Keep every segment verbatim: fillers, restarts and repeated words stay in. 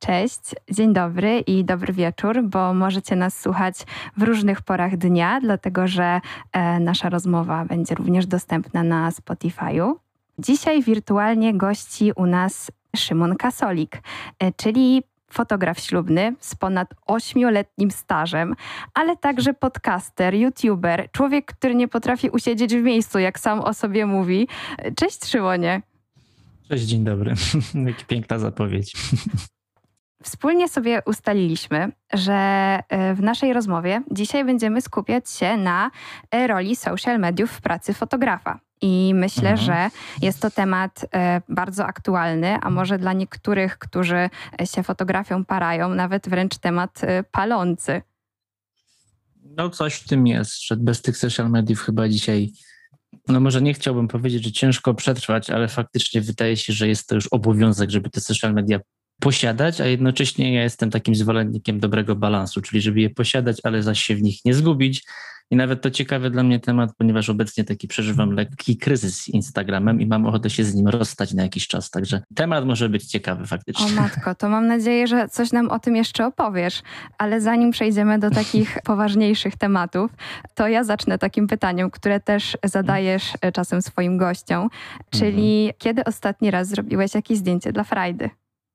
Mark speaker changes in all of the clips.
Speaker 1: Cześć, dzień dobry i dobry wieczór, bo możecie nas słuchać w różnych porach dnia, dlatego że e, nasza rozmowa będzie również dostępna na Spotify'u. Dzisiaj wirtualnie gości u nas Szymon Kasolik, e, czyli fotograf ślubny z ponad ośmioletnim stażem, ale także podcaster, youtuber, człowiek, który nie potrafi usiedzieć w miejscu, jak sam o sobie mówi. Cześć Szymonie.
Speaker 2: Cześć, dzień dobry. Jaka piękna zapowiedź.
Speaker 1: Wspólnie sobie ustaliliśmy, że w naszej rozmowie dzisiaj będziemy skupiać się na roli social mediów w pracy fotografa. I myślę, mhm. że jest to temat bardzo aktualny, a może dla niektórych, którzy się fotografią parają, nawet wręcz temat palący.
Speaker 2: No coś w tym jest, że bez tych social mediów chyba dzisiaj, no może nie chciałbym powiedzieć, że ciężko przetrwać, ale faktycznie wydaje się, że jest to już obowiązek, żeby te social media posiadać, a jednocześnie ja jestem takim zwolennikiem dobrego balansu, czyli żeby je posiadać, ale zaś się w nich nie zgubić. I nawet to ciekawy dla mnie temat, ponieważ obecnie taki przeżywam lekki kryzys z Instagramem i mam ochotę się z nim rozstać na jakiś czas, także temat może być ciekawy faktycznie.
Speaker 1: O matko, to mam nadzieję, że coś nam o tym jeszcze opowiesz, ale zanim przejdziemy do takich poważniejszych tematów, to ja zacznę takim pytaniem, które też zadajesz czasem swoim gościom, czyli mhm. kiedy ostatni raz zrobiłeś jakieś zdjęcie dla frajdy?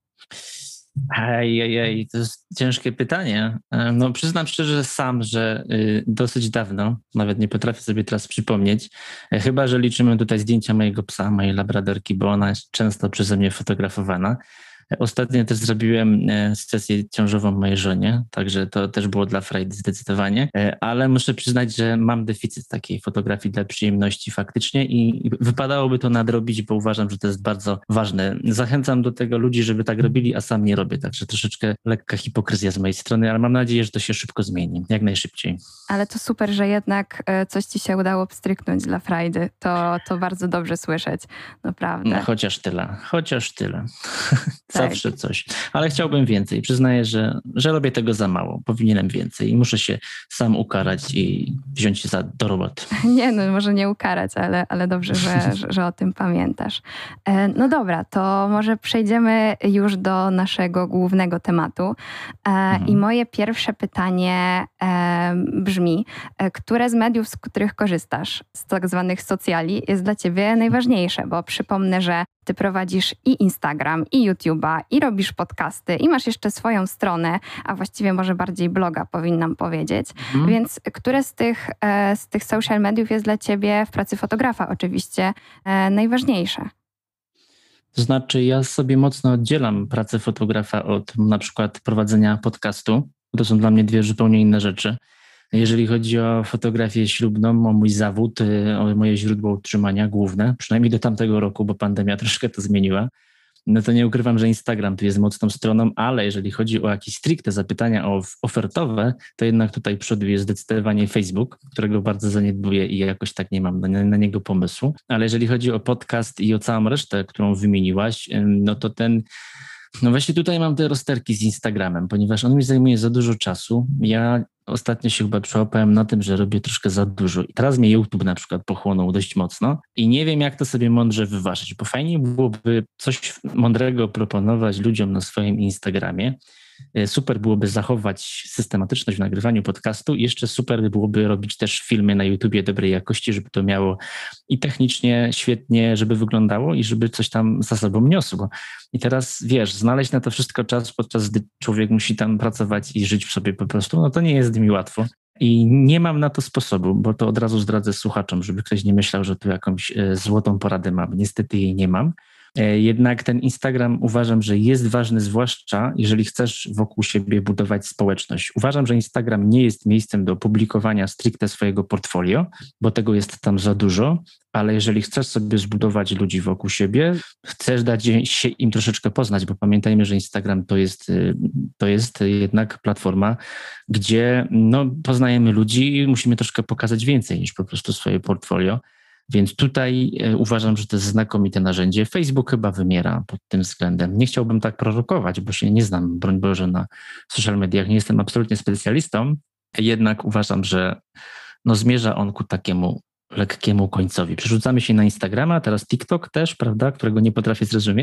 Speaker 2: Ej, ej, ej, to jest ciężkie pytanie. No przyznam szczerze sam, że y, dosyć dawno, nawet nie potrafię sobie teraz przypomnieć, chyba że liczymy tutaj zdjęcia mojego psa, mojej labradorki, bo ona jest często przeze mnie fotografowana. Ostatnio też zrobiłem sesję ciążową mojej żonie, także to też było dla frajdy zdecydowanie, ale muszę przyznać, że mam deficyt takiej fotografii dla przyjemności faktycznie i wypadałoby to nadrobić, bo uważam, że to jest bardzo ważne. Zachęcam do tego ludzi, żeby tak robili, a sam nie robię, także troszeczkę lekka hipokryzja z mojej strony, ale mam nadzieję, że to się szybko zmieni, jak najszybciej.
Speaker 1: Ale to super, że jednak coś ci się udało pstryknąć dla frajdy. To, to bardzo dobrze słyszeć, naprawdę.
Speaker 2: No, chociaż tyle, chociaż tyle. Zawsze coś. Ale chciałbym więcej. Przyznaję, że, że robię tego za mało. Powinienem więcej i muszę się sam ukarać i wziąć się za, do roboty.
Speaker 1: Nie, no może nie ukarać, ale, ale dobrze, że, że, że o tym pamiętasz. No dobra, to może przejdziemy już do naszego głównego tematu. Mhm. I moje pierwsze pytanie brzmi, które z mediów, z których korzystasz, z tak zwanych socjali, jest dla ciebie najważniejsze? Bo przypomnę, że ty prowadzisz i Instagram, i YouTube'a, i robisz podcasty, i masz jeszcze swoją stronę, a właściwie może bardziej bloga powinnam powiedzieć. Mhm. Więc które z tych, z tych social mediów jest dla ciebie w pracy fotografa oczywiście najważniejsze?
Speaker 2: To znaczy ja sobie mocno oddzielam pracę fotografa od na przykład prowadzenia podcastu. To są dla mnie dwie zupełnie inne rzeczy. Jeżeli chodzi o fotografię ślubną, o mój zawód, o moje źródło utrzymania główne, przynajmniej do tamtego roku, bo pandemia troszkę to zmieniła, no to nie ukrywam, że Instagram tu jest mocną stroną, ale jeżeli chodzi o jakieś stricte zapytania o ofertowe, to jednak tutaj przoduje zdecydowanie Facebook, którego bardzo zaniedbuję i jakoś tak nie mam na, na niego pomysłu. Ale jeżeli chodzi o podcast i o całą resztę, którą wymieniłaś, no to ten... No właśnie tutaj mam te rozterki z Instagramem, ponieważ on mi zajmuje za dużo czasu. Ja ostatnio się chyba przełapałem na tym, że robię troszkę za dużo. I teraz mnie YouTube na przykład pochłonął dość mocno i nie wiem, jak to sobie mądrze wyważyć, bo fajnie byłoby coś mądrego proponować ludziom na swoim Instagramie. Super byłoby zachować systematyczność w nagrywaniu podcastu i jeszcze super byłoby robić też filmy na YouTubie dobrej jakości, żeby to miało i technicznie świetnie, żeby wyglądało i żeby coś tam za sobą niosło. I teraz wiesz, znaleźć na to wszystko czas, podczas gdy człowiek musi tam pracować i żyć w sobie po prostu, no to nie jest mi łatwo. I nie mam na to sposobu, bo to od razu zdradzę słuchaczom, żeby ktoś nie myślał, że tu jakąś złotą poradę mam. Niestety jej nie mam. Jednak ten Instagram uważam, że jest ważny, zwłaszcza jeżeli chcesz wokół siebie budować społeczność. Uważam, że Instagram nie jest miejscem do publikowania stricte swojego portfolio, bo tego jest tam za dużo, ale jeżeli chcesz sobie zbudować ludzi wokół siebie, chcesz dać się im troszeczkę poznać, bo pamiętajmy, że Instagram to jest, to jest jednak platforma, gdzie no, poznajemy ludzi i musimy troszkę pokazać więcej niż po prostu swoje portfolio. Więc tutaj uważam, że to jest znakomite narzędzie. Facebook chyba wymiera pod tym względem. Nie chciałbym tak prorokować, bo się nie znam, broń Boże, na social mediach. Nie jestem absolutnie specjalistą. Jednak uważam, że no zmierza on ku takiemu lekkiemu końcowi. Przerzucamy się na Instagrama, teraz TikTok też, prawda, którego nie potrafię zrozumieć.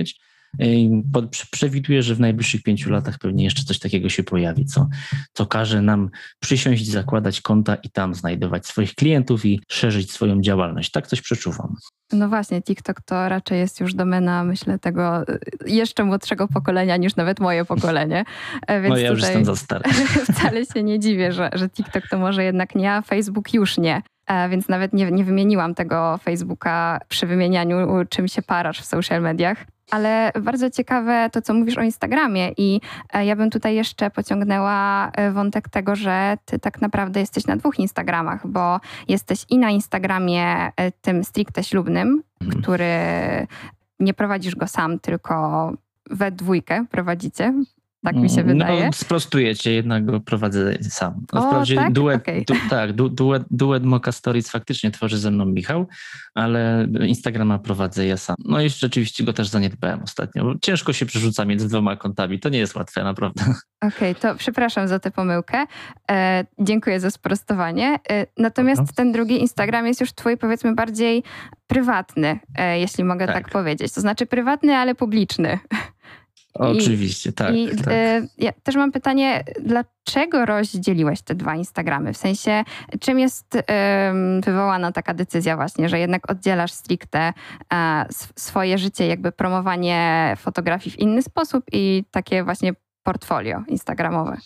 Speaker 2: Przewiduję, że w najbliższych pięciu latach pewnie jeszcze coś takiego się pojawi, co, co każe nam przysiąść, zakładać konta i tam znajdować swoich klientów i szerzyć swoją działalność. Tak coś przeczuwam.
Speaker 1: No właśnie, TikTok to raczej jest już domena, myślę, tego jeszcze młodszego pokolenia niż nawet moje pokolenie. Więc
Speaker 2: no ja już jestem za stary.
Speaker 1: Wcale się nie dziwię, że, że TikTok to może jednak nie, a Facebook już nie. Więc nawet nie, nie wymieniłam tego Facebooka przy wymienianiu, czym się parasz w social mediach. Ale bardzo ciekawe to, co mówisz o Instagramie i ja bym tutaj jeszcze pociągnęła wątek tego, że ty tak naprawdę jesteś na dwóch Instagramach, bo jesteś i na Instagramie tym stricte ślubnym, hmm. który nie prowadzisz go sam, tylko we dwójkę prowadzicie. Tak mi się wydaje.
Speaker 2: No, sprostuję cię, jednak go prowadzę sam. No,
Speaker 1: o,
Speaker 2: wprawdzie
Speaker 1: tak?
Speaker 2: duet,
Speaker 1: Okay.
Speaker 2: du, tak, du, duet, duet Mocha Stories faktycznie tworzy ze mną Michał, ale Instagrama prowadzę ja sam. No i rzeczywiście go też zaniedbałem ostatnio, bo ciężko się przerzuca między dwoma kontami. To nie jest łatwe, naprawdę.
Speaker 1: Okej, okay, to przepraszam za tę pomyłkę. E, dziękuję za sprostowanie. E, natomiast Aha. ten drugi Instagram jest już twój, powiedzmy, bardziej prywatny, e, jeśli mogę tak. tak powiedzieć. To znaczy prywatny, ale publiczny.
Speaker 2: Oczywiście,
Speaker 1: I,
Speaker 2: tak.
Speaker 1: I
Speaker 2: tak.
Speaker 1: Y, ja też mam pytanie, dlaczego rozdzieliłeś te dwa Instagramy? W sensie, czym jest y, wywołana taka decyzja właśnie, że jednak oddzielasz stricte y, swoje życie, jakby promowanie fotografii w inny sposób i takie właśnie portfolio instagramowe?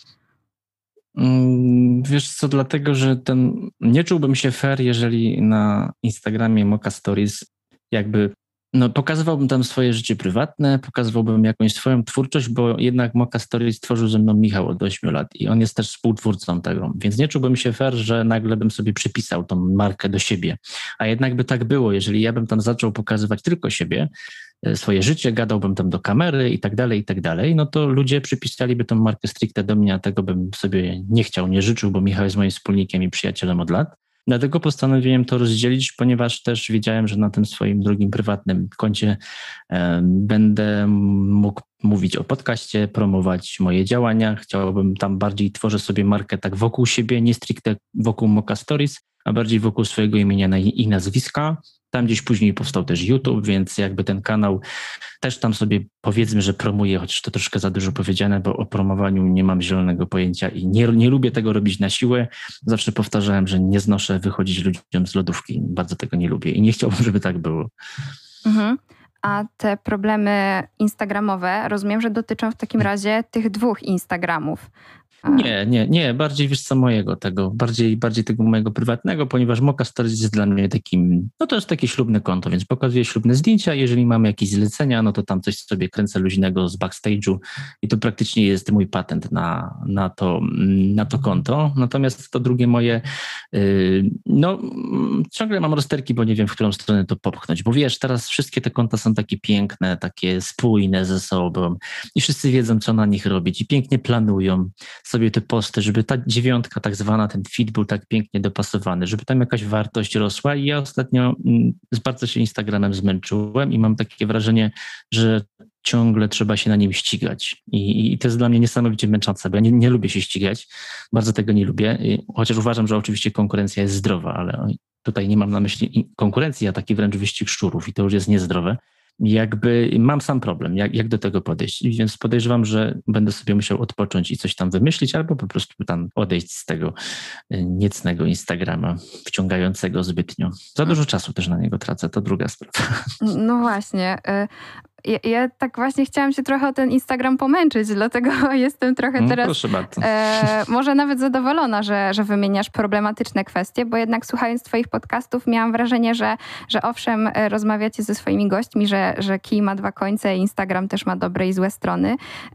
Speaker 2: Wiesz co, dlatego, że ten, nie czułbym się fair, jeżeli na Instagramie Mocha Stories jakby No, pokazywałbym tam swoje życie prywatne, pokazywałbym jakąś swoją twórczość, bo jednak Mocha Stories stworzył ze mną Michał od ośmiu lat i on jest też współtwórcą tego, więc nie czułbym się fair, że nagle bym sobie przypisał tą markę do siebie. A jednak by tak było, jeżeli ja bym tam zaczął pokazywać tylko siebie, swoje życie, gadałbym tam do kamery i tak dalej, i tak dalej, no to ludzie przypisaliby tą markę stricte do mnie, a tego bym sobie nie chciał, nie życzył, bo Michał jest moim wspólnikiem i przyjacielem od lat. Dlatego postanowiłem to rozdzielić, ponieważ też wiedziałem, że na tym swoim drugim prywatnym koncie e, będę mógł mówić o podcaście, promować moje działania. Chciałbym tam bardziej, tworzę sobie markę tak wokół siebie, nie stricte wokół Mocha Stories, a bardziej wokół swojego imienia i nazwiska. Tam gdzieś później powstał też YouTube, więc jakby ten kanał też tam sobie powiedzmy, że promuję, chociaż to troszkę za dużo powiedziane, bo o promowaniu nie mam zielonego pojęcia i nie, nie lubię tego robić na siłę. Zawsze powtarzałem, że nie znoszę wychodzić ludziom z lodówki. Bardzo tego nie lubię i nie chciałbym, żeby tak było.
Speaker 1: Mhm. A te problemy instagramowe, rozumiem, że dotyczą w takim razie tych dwóch Instagramów.
Speaker 2: Nie, nie, nie, bardziej wiesz co mojego tego, bardziej, bardziej tego mojego prywatnego, ponieważ Mocha Stories jest dla mnie takim, no to jest takie ślubne konto, więc pokazuję ślubne zdjęcia, jeżeli mamy jakieś zlecenia, no to tam coś sobie kręcę luźnego z backstage'u i to praktycznie jest mój patent na, na, to, na to konto. Natomiast to drugie moje, yy, no ciągle mam rozterki, bo nie wiem, w którą stronę to popchnąć, bo wiesz, teraz wszystkie te konta są takie piękne, takie spójne ze sobą i wszyscy wiedzą, co na nich robić i pięknie planują sobie te posty, żeby ta dziewiątka tak zwana, ten feed był tak pięknie dopasowany, żeby tam jakaś wartość rosła i ja ostatnio bardzo się Instagramem zmęczyłem i mam takie wrażenie, że ciągle trzeba się na nim ścigać i, i to jest dla mnie niesamowicie męczące, bo ja nie, nie lubię się ścigać, bardzo tego nie lubię, chociaż uważam, że oczywiście konkurencja jest zdrowa, ale tutaj nie mam na myśli konkurencji, a taki wręcz wyścig szczurów i to już jest niezdrowe. Jakby mam sam problem, jak, jak do tego podejść, więc podejrzewam, że będę sobie musiał odpocząć i coś tam wymyślić, albo po prostu tam odejść z tego niecnego Instagrama, wciągającego zbytnio. Za dużo czasu też na niego tracę, to druga sprawa.
Speaker 1: No właśnie. Ja, ja tak właśnie chciałam się trochę o ten Instagram pomęczyć, dlatego jestem trochę teraz
Speaker 2: Proszę bardzo.
Speaker 1: E, może nawet zadowolona, że, że wymieniasz problematyczne kwestie, bo jednak słuchając twoich podcastów miałam wrażenie, że, że owszem, rozmawiacie ze swoimi gośćmi, że, że kij ma dwa końce, Instagram też ma dobre i złe strony,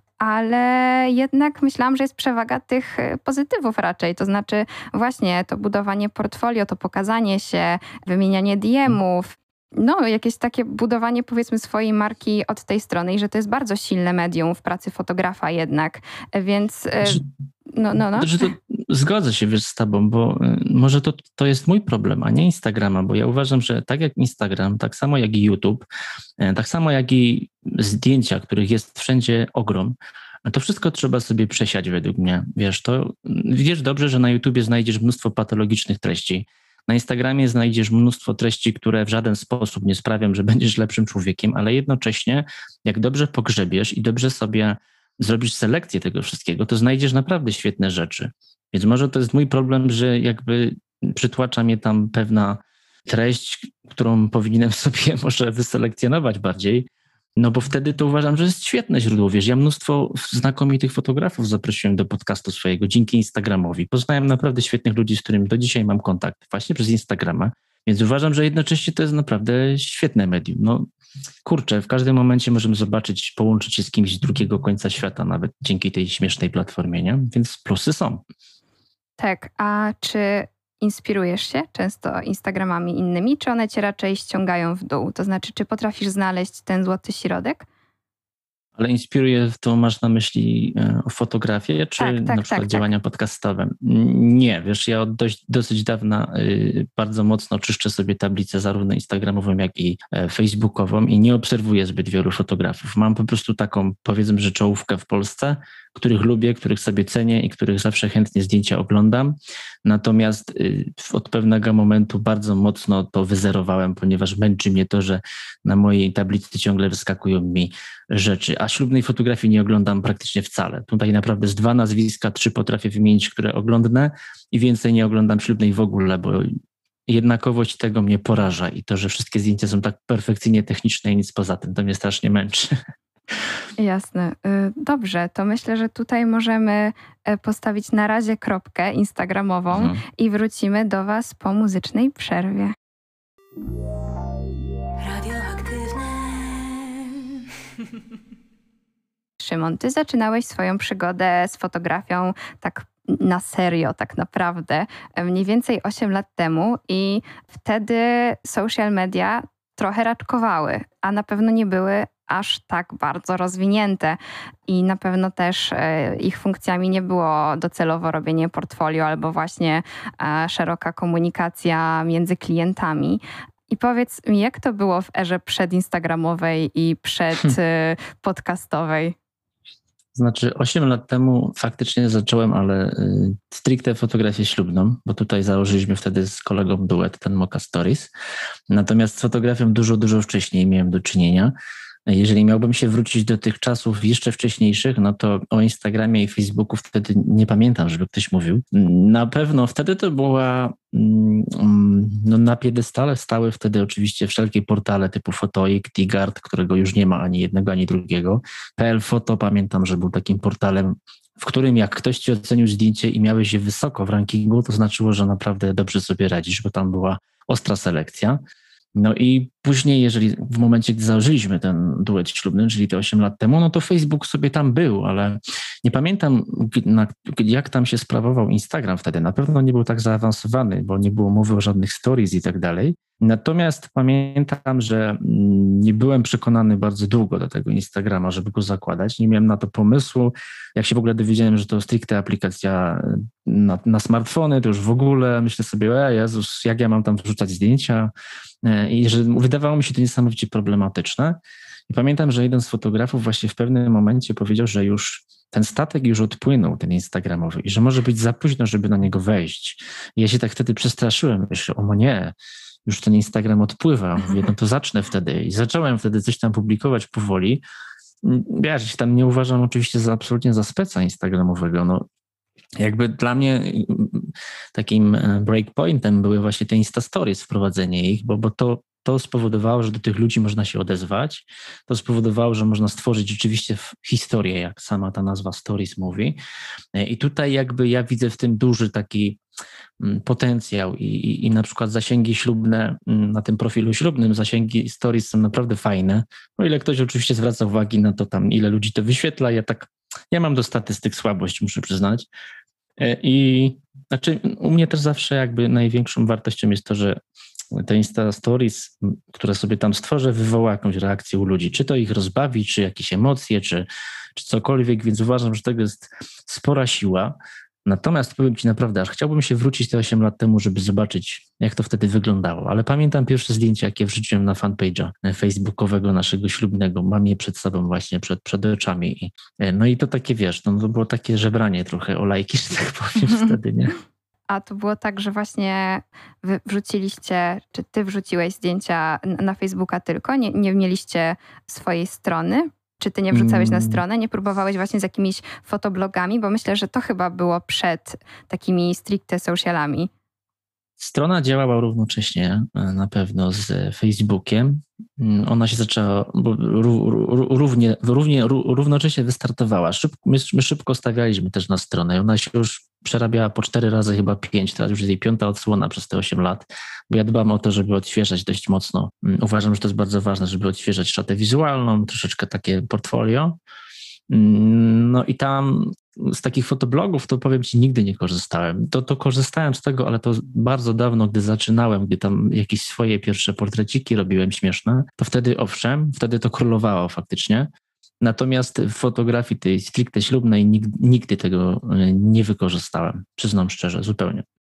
Speaker 1: ale jednak myślałam, że jest przewaga tych pozytywów raczej, to znaczy właśnie to budowanie portfolio, to pokazanie się, wymienianie D M-ów, no, jakieś takie budowanie, powiedzmy, swojej marki od tej strony i że to jest bardzo silne medium w pracy fotografa jednak, więc no, no, no.
Speaker 2: Że to zgodzę się, wiesz, z tobą, bo może to, to jest mój problem, a nie Instagrama, bo ja uważam, że tak jak Instagram, tak samo jak i YouTube, tak samo jak i zdjęcia, których jest wszędzie ogrom, to wszystko trzeba sobie przesiać według mnie. Wiesz, to wiesz dobrze, że na YouTubie znajdziesz mnóstwo patologicznych treści, Na Instagramie znajdziesz mnóstwo treści, które w żaden sposób nie sprawią, że będziesz lepszym człowiekiem, ale jednocześnie jak dobrze pogrzebiesz i dobrze sobie zrobisz selekcję tego wszystkiego, to znajdziesz naprawdę świetne rzeczy. Więc może to jest mój problem, że jakby przytłacza mnie tam pewna treść, którą powinienem sobie może wyselekcjonować bardziej, no bo wtedy to uważam, że jest świetne źródło. Wiesz, ja mnóstwo znakomitych fotografów zaprosiłem do podcastu swojego dzięki Instagramowi. Poznałem naprawdę świetnych ludzi, z którymi do dzisiaj mam kontakt właśnie przez Instagrama, więc uważam, że jednocześnie to jest naprawdę świetne medium. No kurczę, w każdym momencie możemy zobaczyć, połączyć się z kimś z drugiego końca świata, nawet dzięki tej śmiesznej platformie, nie? Więc plusy są.
Speaker 1: Tak, a czy inspirujesz się często Instagramami innymi, czy one cię raczej ściągają w dół? To znaczy, czy potrafisz znaleźć ten złoty środek?
Speaker 2: Ale inspiruje, to masz na myśli o fotografię, czy
Speaker 1: tak, tak,
Speaker 2: na przykład
Speaker 1: tak,
Speaker 2: działania
Speaker 1: tak.
Speaker 2: podcastowe? Nie, wiesz, ja od dość, dosyć dawna y, bardzo mocno czyszczę sobie tablicę zarówno instagramową, jak i e, facebookową i nie obserwuję zbyt wielu fotografów. Mam po prostu taką, powiedzmy, że czołówkę w Polsce, których lubię, których sobie cenię i których zawsze chętnie zdjęcia oglądam. Natomiast y, od pewnego momentu bardzo mocno to wyzerowałem, ponieważ męczy mnie to, że na mojej tablicy ciągle wyskakują mi rzeczy, a ślubnej fotografii nie oglądam praktycznie wcale. Tutaj naprawdę z dwa nazwiska, trzy potrafię wymienić, które oglądnę i więcej nie oglądam ślubnej w ogóle, bo jednakowość tego mnie poraża i to, że wszystkie zdjęcia są tak perfekcyjnie techniczne i nic poza tym, to mnie strasznie męczy.
Speaker 1: Jasne. Dobrze, to myślę, że tutaj możemy postawić na razie kropkę instagramową mhm. i wrócimy do Was po muzycznej przerwie. Szymon, ty zaczynałeś swoją przygodę z fotografią tak na serio, tak naprawdę, mniej więcej osiem lat temu i wtedy social media trochę raczkowały, a na pewno nie były aż tak bardzo rozwinięte i na pewno też ich funkcjami nie było docelowo robienie portfolio albo właśnie szeroka komunikacja między klientami. I powiedz mi, jak to było w erze przedinstagramowej i przedpodcastowej?
Speaker 2: Znaczy osiem lat temu faktycznie zacząłem, ale stricte fotografię ślubną, bo tutaj założyliśmy wtedy z kolegą duet, ten Mocha Stories. Natomiast z fotografią dużo, dużo wcześniej miałem do czynienia. Jeżeli miałbym się wrócić do tych czasów jeszcze wcześniejszych, no to o Instagramie i Facebooku wtedy nie pamiętam, żeby ktoś mówił. Na pewno wtedy to była, no na piedestale stały wtedy oczywiście wszelkie portale typu Fotoik, Tigard, którego już nie ma ani jednego, ani drugiego. P L Foto pamiętam, że był takim portalem, w którym jak ktoś ci ocenił zdjęcie i miałeś je wysoko w rankingu, to znaczyło, że naprawdę dobrze sobie radzisz, bo tam była ostra selekcja. No i później, jeżeli w momencie, gdy założyliśmy ten duet ślubny, czyli te osiem lat temu, no to Facebook sobie tam był, ale nie pamiętam, jak tam się sprawował Instagram wtedy. Na pewno nie był tak zaawansowany, bo nie było mowy o żadnych stories i tak dalej. Natomiast pamiętam, że nie byłem przekonany bardzo długo do tego Instagrama, żeby go zakładać. Nie miałem na to pomysłu. Jak się w ogóle dowiedziałem, że to stricte aplikacja na, na smartfony, to już w ogóle myślę sobie, e, Jezus, jak ja mam tam wrzucać zdjęcia? I że wydawało mi się to niesamowicie problematyczne. I pamiętam, że jeden z fotografów właśnie w pewnym momencie powiedział, że już ten statek już odpłynął, ten instagramowy, i że może być za późno, żeby na niego wejść. I ja się tak wtedy przestraszyłem. Myślę, o nie, już ten Instagram odpływa. Mówię, no to zacznę wtedy. I zacząłem wtedy coś tam publikować powoli. Ja się tam nie uważam oczywiście za absolutnie za speca instagramowego. No, jakby dla mnie takim breakpointem były właśnie te Insta Stories, wprowadzenie ich, bo, bo to, to spowodowało, że do tych ludzi można się odezwać. To spowodowało, że można stworzyć rzeczywiście historię, jak sama ta nazwa Stories mówi. I tutaj jakby ja widzę w tym duży taki potencjał i, i, i na przykład zasięgi ślubne na tym profilu ślubnym, zasięgi Stories są naprawdę fajne. O ile ktoś oczywiście zwraca uwagi na to tam, ile ludzi to wyświetla, ja tak, ja mam do statystyk słabość, muszę przyznać. I znaczy u mnie też zawsze jakby największą wartością jest to, że te Insta Stories, które sobie tam stworzę, wywoła jakąś reakcję u ludzi. Czy to ich rozbawi, czy jakieś emocje, czy, czy cokolwiek, więc uważam, że tego jest spora siła. Natomiast powiem ci naprawdę, aż chciałbym się wrócić te osiem lat temu, żeby zobaczyć, jak to wtedy wyglądało. Ale pamiętam pierwsze zdjęcia, jakie wrzuciłem na fanpage'a facebookowego naszego ślubnego. Mam je przed sobą właśnie, przed, przed oczami. I, no i to takie, wiesz, no to było takie żebranie trochę o lajki, że tak powiem wtedy, nie?
Speaker 1: a to było tak, że właśnie wy wrzuciliście, czy ty wrzuciłeś zdjęcia na Facebooka tylko? Nie, nie mieliście swojej strony? Czy ty nie wrzucałeś na stronę? Nie próbowałeś właśnie z jakimiś fotoblogami? Bo myślę, że to chyba było przed takimi stricte socialami.
Speaker 2: Strona działała równocześnie na pewno z Facebookiem. Ona się zaczęła równie, równie, równocześnie wystartowała. Szybko, my, my szybko stawialiśmy też na stronę. Ona się już przerabiała po cztery razy, chyba pięć. Teraz już jest jej piąta odsłona przez te osiem lat. Bo ja dbam o to, żeby odświeżać dość mocno. Uważam, że to jest bardzo ważne, żeby odświeżać szatę wizualną, troszeczkę takie portfolio. No i tam z takich fotoblogów to powiem ci, nigdy nie korzystałem. To, to korzystałem z tego, ale to bardzo dawno, gdy zaczynałem, gdy tam jakieś swoje pierwsze portreciki robiłem śmieszne, to wtedy owszem, wtedy to królowało faktycznie. Natomiast w fotografii tej stricte ślubnej nigdy, nigdy tego nie wykorzystałem. Przyznam szczerze, zupełnie.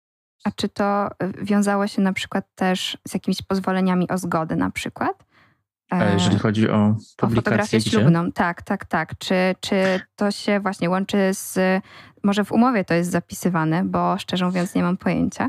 Speaker 1: A czy to wiązało się na przykład też z jakimiś pozwoleniami o zgodę na przykład?
Speaker 2: A jeżeli chodzi o publikację,
Speaker 1: o fotografię
Speaker 2: gdzie?
Speaker 1: ślubną, tak, tak, tak. Czy, czy to się właśnie łączy z, może w umowie to jest zapisywane, bo szczerze mówiąc nie mam pojęcia.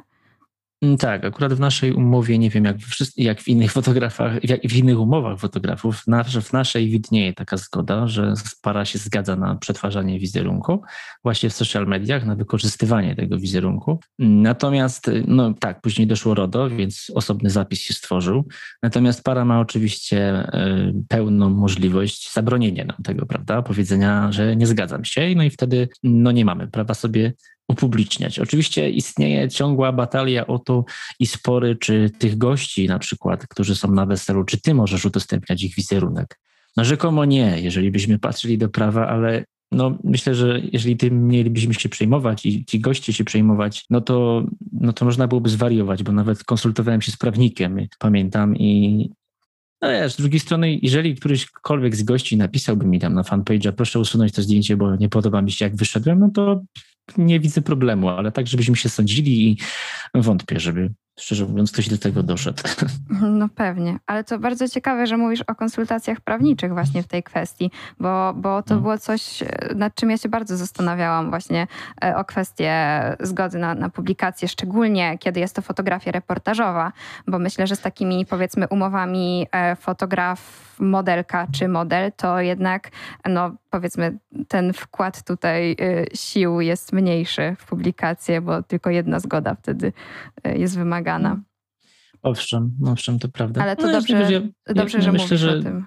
Speaker 2: Tak, akurat w naszej umowie, nie wiem jak w, jak w innych fotografach, jak w innych umowach fotografów, w naszej widnieje taka zgoda, że para się zgadza na przetwarzanie wizerunku właśnie w social mediach, na wykorzystywanie tego wizerunku. Natomiast, no tak, później doszło RODO, więc osobny zapis się stworzył. Natomiast para ma oczywiście pełną możliwość zabronienia nam tego, prawda? Powiedzenia, że nie zgadzam się, no i wtedy no nie mamy prawa sobie upubliczniać. Oczywiście istnieje ciągła batalia o to i spory, czy tych gości na przykład, którzy są na weselu, czy ty możesz udostępniać ich wizerunek. No rzekomo nie, jeżeli byśmy patrzyli do prawa, ale no myślę, że jeżeli tym mielibyśmy się przejmować i ci goście się przejmować, no to, no to można byłoby zwariować, bo nawet konsultowałem się z prawnikiem, pamiętam, i no wiesz, z drugiej strony, jeżeli któryśkolwiek z gości napisałby mi tam na fanpage'a, proszę usunąć to zdjęcie, bo nie podoba mi się jak wyszedłem, no to nie widzę problemu, ale tak, żebyśmy się sądzili i wątpię, żeby, szczerze mówiąc, ktoś do tego doszedł.
Speaker 1: No pewnie, ale to bardzo ciekawe, że mówisz o konsultacjach prawniczych właśnie w tej kwestii, bo, bo to no. było coś, nad czym ja się bardzo zastanawiałam właśnie o kwestię zgody na, na publikację, szczególnie kiedy jest to fotografia reportażowa, bo myślę, że z takimi powiedzmy umowami fotograf, modelka czy model, to jednak no powiedzmy ten wkład tutaj sił jest mniejszy w publikację, bo tylko jedna zgoda wtedy jest wymagana.
Speaker 2: Owszem, owszem, to prawda.
Speaker 1: Ale to
Speaker 2: no,
Speaker 1: dobrze,
Speaker 2: ja,
Speaker 1: dobrze
Speaker 2: ja,
Speaker 1: że
Speaker 2: myślę,
Speaker 1: mówisz
Speaker 2: że...
Speaker 1: o tym.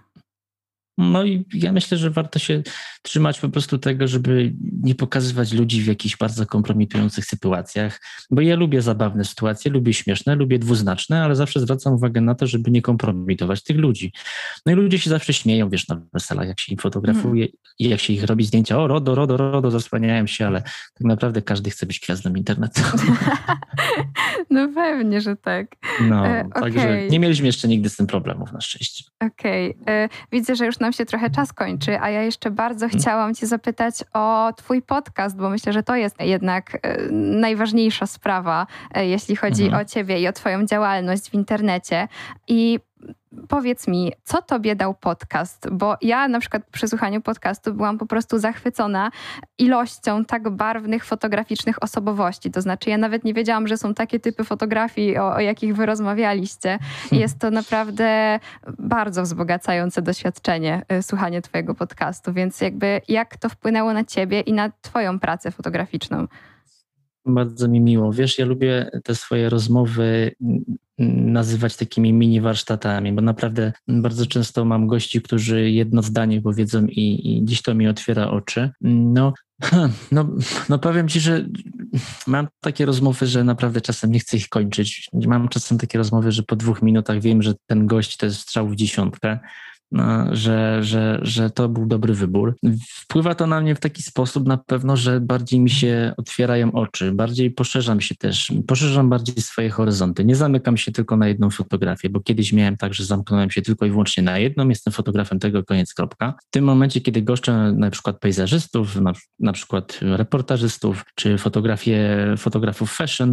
Speaker 2: No i ja myślę, że warto się trzymać po prostu tego, żeby nie pokazywać ludzi w jakichś bardzo kompromitujących sytuacjach, bo ja lubię zabawne sytuacje, lubię śmieszne, lubię dwuznaczne, ale zawsze zwracam uwagę na to, żeby nie kompromitować tych ludzi. No i ludzie się zawsze śmieją, wiesz, na weselach, jak się im fotografuje i jak się ich robi zdjęcia, o RODO, RODO, RODO, zasłaniają się, ale tak naprawdę każdy chce być gwiazdą internetu.
Speaker 1: No pewnie, że tak.
Speaker 2: No,
Speaker 1: e,
Speaker 2: także
Speaker 1: okay.
Speaker 2: nie mieliśmy jeszcze nigdy z tym problemów, na szczęście.
Speaker 1: Okej. Okay. Widzę, że już nam się trochę czas kończy, a ja jeszcze bardzo hmm. chciałam cię zapytać o twój podcast, bo myślę, że to jest jednak najważniejsza sprawa, jeśli chodzi hmm. o ciebie i o twoją działalność w internecie. I powiedz mi, co tobie dał podcast? Bo ja na przykład przy słuchaniu podcastu byłam po prostu zachwycona ilością tak barwnych, fotograficznych osobowości. To znaczy ja nawet nie wiedziałam, że są takie typy fotografii, o, o jakich wy rozmawialiście. I jest to naprawdę bardzo wzbogacające doświadczenie, słuchanie twojego podcastu. Więc jakby jak to wpłynęło na ciebie i na twoją pracę fotograficzną?
Speaker 2: Bardzo mi miło. Wiesz, ja lubię te swoje rozmowy nazywać takimi mini warsztatami, bo naprawdę bardzo często mam gości, którzy jedno zdanie powiedzą i, i dziś to mi otwiera oczy. No, no, no powiem ci, że mam takie rozmowy, że naprawdę czasem nie chcę ich kończyć. Mam czasem takie rozmowy, że po dwóch minutach wiem, że ten gość to jest strzał w dziesiątkę. No, że, że, że to był dobry wybór. Wpływa to na mnie w taki sposób na pewno, że bardziej mi się otwierają oczy, bardziej poszerzam się też, poszerzam bardziej swoje horyzonty. Nie zamykam się tylko na jedną fotografię, bo kiedyś miałem tak, że zamknąłem się tylko i wyłącznie na jedną, jestem fotografem tego, koniec, kropka. W tym momencie, kiedy goszczę na przykład pejzażystów, na, na przykład reportażystów, czy fotografię, fotografów fashion,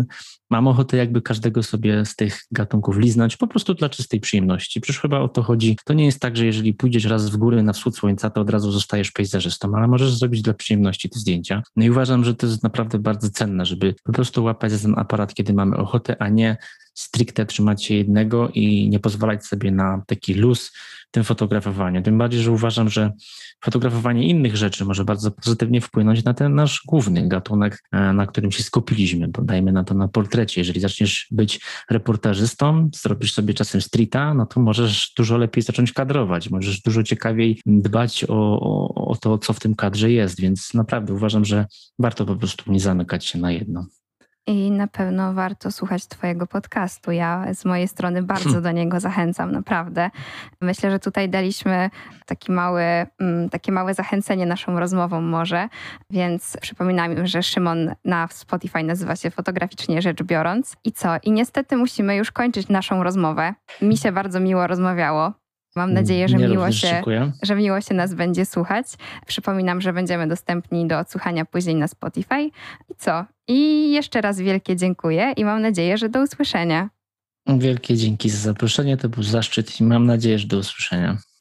Speaker 2: mam ochotę jakby każdego sobie z tych gatunków liznąć, po prostu dla czystej przyjemności. Przecież chyba o to chodzi. To nie jest tak, że jeżeli pójdziesz raz w górę na wschód słońca, to od razu zostajesz pejzażystą, ale możesz zrobić dla przyjemności te zdjęcia. No i uważam, że to jest naprawdę bardzo cenne, żeby po prostu łapać za ten aparat, kiedy mamy ochotę, a nie stricte trzymać się jednego i nie pozwalać sobie na taki luz w tym fotografowaniu. Tym bardziej, że uważam, że fotografowanie innych rzeczy może bardzo pozytywnie wpłynąć na ten nasz główny gatunek, na którym się skupiliśmy. Bo dajmy na to na portrecie. Jeżeli zaczniesz być reportażystą, zrobisz sobie czasem streeta, no to możesz dużo lepiej zacząć kadrować, możesz dużo ciekawiej dbać o, o, o to, co w tym kadrze jest, więc naprawdę uważam, że warto po prostu nie zamykać się na jedno.
Speaker 1: I na pewno warto słuchać twojego podcastu. Ja z mojej strony bardzo do niego zachęcam, naprawdę. Myślę, że tutaj daliśmy taki mały, takie małe zachęcenie naszą rozmową może, więc przypominam, że Szymon na Spotify nazywa się Fotograficznie Rzecz Biorąc. I co? I niestety musimy już kończyć naszą rozmowę. Mi się bardzo miło rozmawiało. Mam nadzieję, że miło, się, że miło się nas będzie słuchać. Przypominam, że będziemy dostępni do odsłuchania później na Spotify. I co? I jeszcze raz wielkie dziękuję i mam nadzieję, że do usłyszenia.
Speaker 2: Wielkie dzięki za zaproszenie. To był zaszczyt i mam nadzieję, że do usłyszenia.